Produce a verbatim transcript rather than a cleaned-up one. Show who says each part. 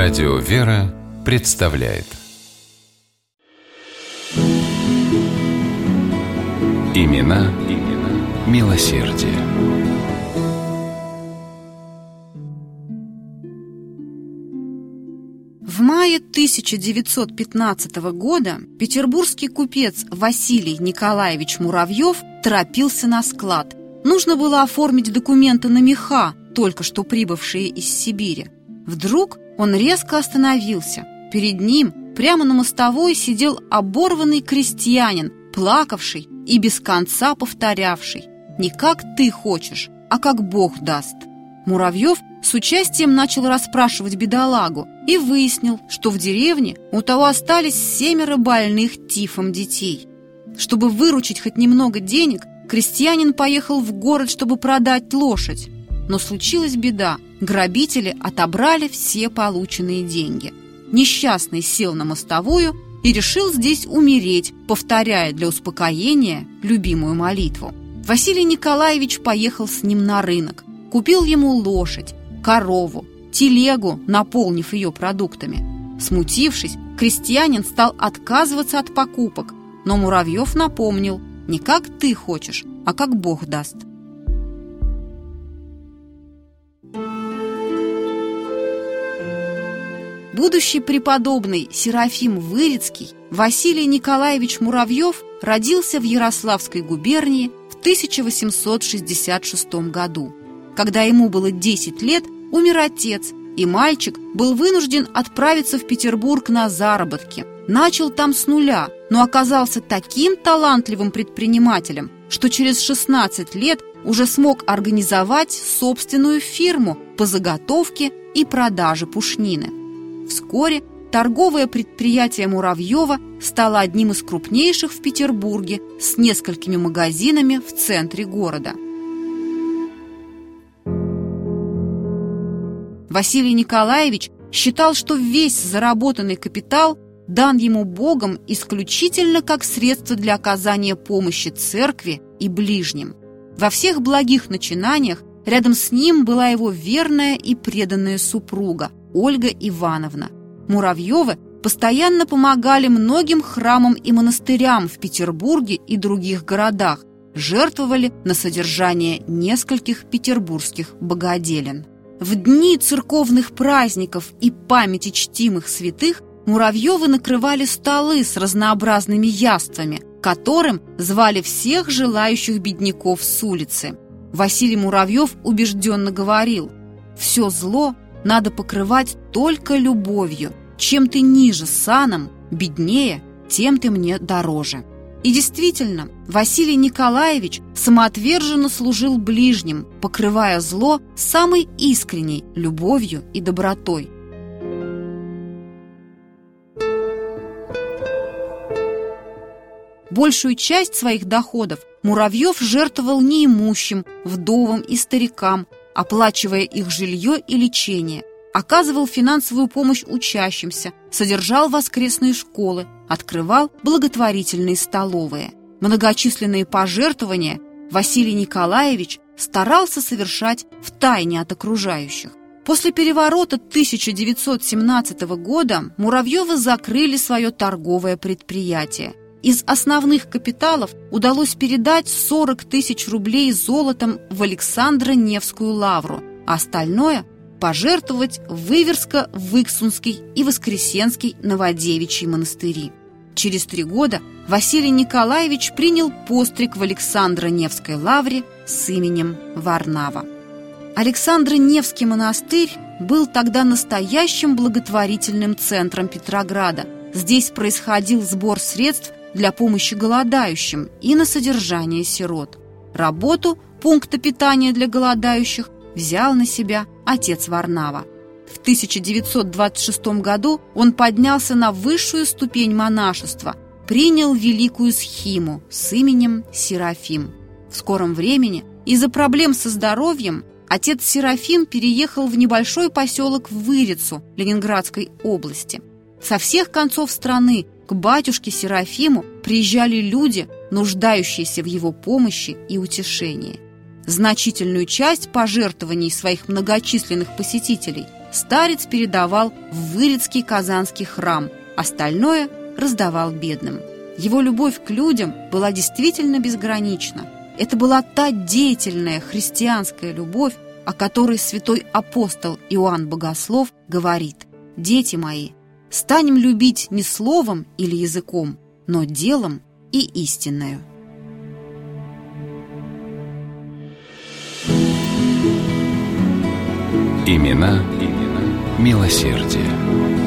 Speaker 1: Радио «Вера» представляет Имена, имена милосердия.
Speaker 2: В мае тысяча девятьсот пятнадцатого года петербургский купец Василий Николаевич Муравьев торопился на склад. Нужно было оформить документы на меха, только что прибывшие из Сибири. Вдруг он резко остановился. Перед ним, прямо на мостовой, сидел оборванный крестьянин, плакавший и без конца повторявший: «Не как ты хочешь, а как Бог даст». Муравьев с участием начал расспрашивать бедолагу и выяснил, что в деревне у того остались семеро больных тифом детей. Чтобы выручить хоть немного денег, крестьянин поехал в город, чтобы продать лошадь. Но случилась беда. Грабители отобрали все полученные деньги. Несчастный сел на мостовую и решил здесь умереть, повторяя для успокоения любимую молитву. Василий Николаевич поехал с ним на рынок, купил ему лошадь, корову, телегу, наполнив ее продуктами. Смутившись, крестьянин стал отказываться от покупок, но Муравьев напомнил: «Не как ты хочешь, а как Бог даст». Будущий преподобный Серафим Вырицкий Василий Николаевич Муравьев родился в Ярославской губернии в тысяча восемьсот шестьдесят шестом году. Когда ему было десять лет, умер отец, и мальчик был вынужден отправиться в Петербург на заработки. Начал там с нуля, но оказался таким талантливым предпринимателем, что через шестнадцать лет уже смог организовать собственную фирму по заготовке и продаже пушнины. Вскоре торговое предприятие Муравьева стало одним из крупнейших в Петербурге, с несколькими магазинами в центре города. Василий Николаевич считал, что весь заработанный капитал дан ему Богом исключительно как средство для оказания помощи церкви и ближним. Во всех благих начинаниях рядом с ним была его верная и преданная супруга Ольга Ивановна. Муравьевы постоянно помогали многим храмам и монастырям в Петербурге и других городах, жертвовали на содержание нескольких петербургских богоделен. В дни церковных праздников и памяти чтимых святых Муравьевы накрывали столы с разнообразными яствами, которым звали всех желающих бедняков с улицы. Василий Муравьев убежденно говорил: «Все зло надо покрывать только любовью. Чем ты ниже саном, беднее, тем ты мне дороже». И действительно, Василий Николаевич самоотверженно служил ближним, покрывая зло самой искренней любовью и добротой. Большую часть своих доходов Муравьев жертвовал неимущим, вдовам и старикам, оплачивая их жилье и лечение, оказывал финансовую помощь учащимся, содержал воскресные школы, открывал благотворительные столовые. Многочисленные пожертвования Василий Николаевич старался совершать втайне от окружающих. После переворота тысяча девятьсот семнадцатого года Муравьевы закрыли свое торговое предприятие. Из основных капиталов удалось передать сорок тысяч рублей золотом в Александро-Невскую лавру, а остальное пожертвовать в Иверско-Выксунский и Воскресенский Новодевичий монастыри. Через три года Василий Николаевич принял постриг в Александро-Невской лавре с именем Варнава. Александро-Невский монастырь был тогда настоящим благотворительным центром Петрограда. Здесь происходил сбор средств для помощи голодающим и на содержание сирот. Работу пункта питания для голодающих взял на себя отец Варнава. В тысяча девятьсот двадцать шестом году он поднялся на высшую ступень монашества, принял великую схиму с именем Серафим. В скором времени из-за проблем со здоровьем отец Серафим переехал в небольшой поселок Вырицу Ленинградской области. Со всех концов страны к батюшке Серафиму приезжали люди, нуждающиеся в его помощи и утешении. Значительную часть пожертвований своих многочисленных посетителей старец передавал в Вырицкий Казанский храм, остальное раздавал бедным. Его любовь к людям была действительно безгранична. Это была та деятельная христианская любовь, о которой святой апостол Иоанн Богослов говорит: «Дети мои, станем любить не словом или языком, но делом и истинною».
Speaker 1: Имена, имена милосердия.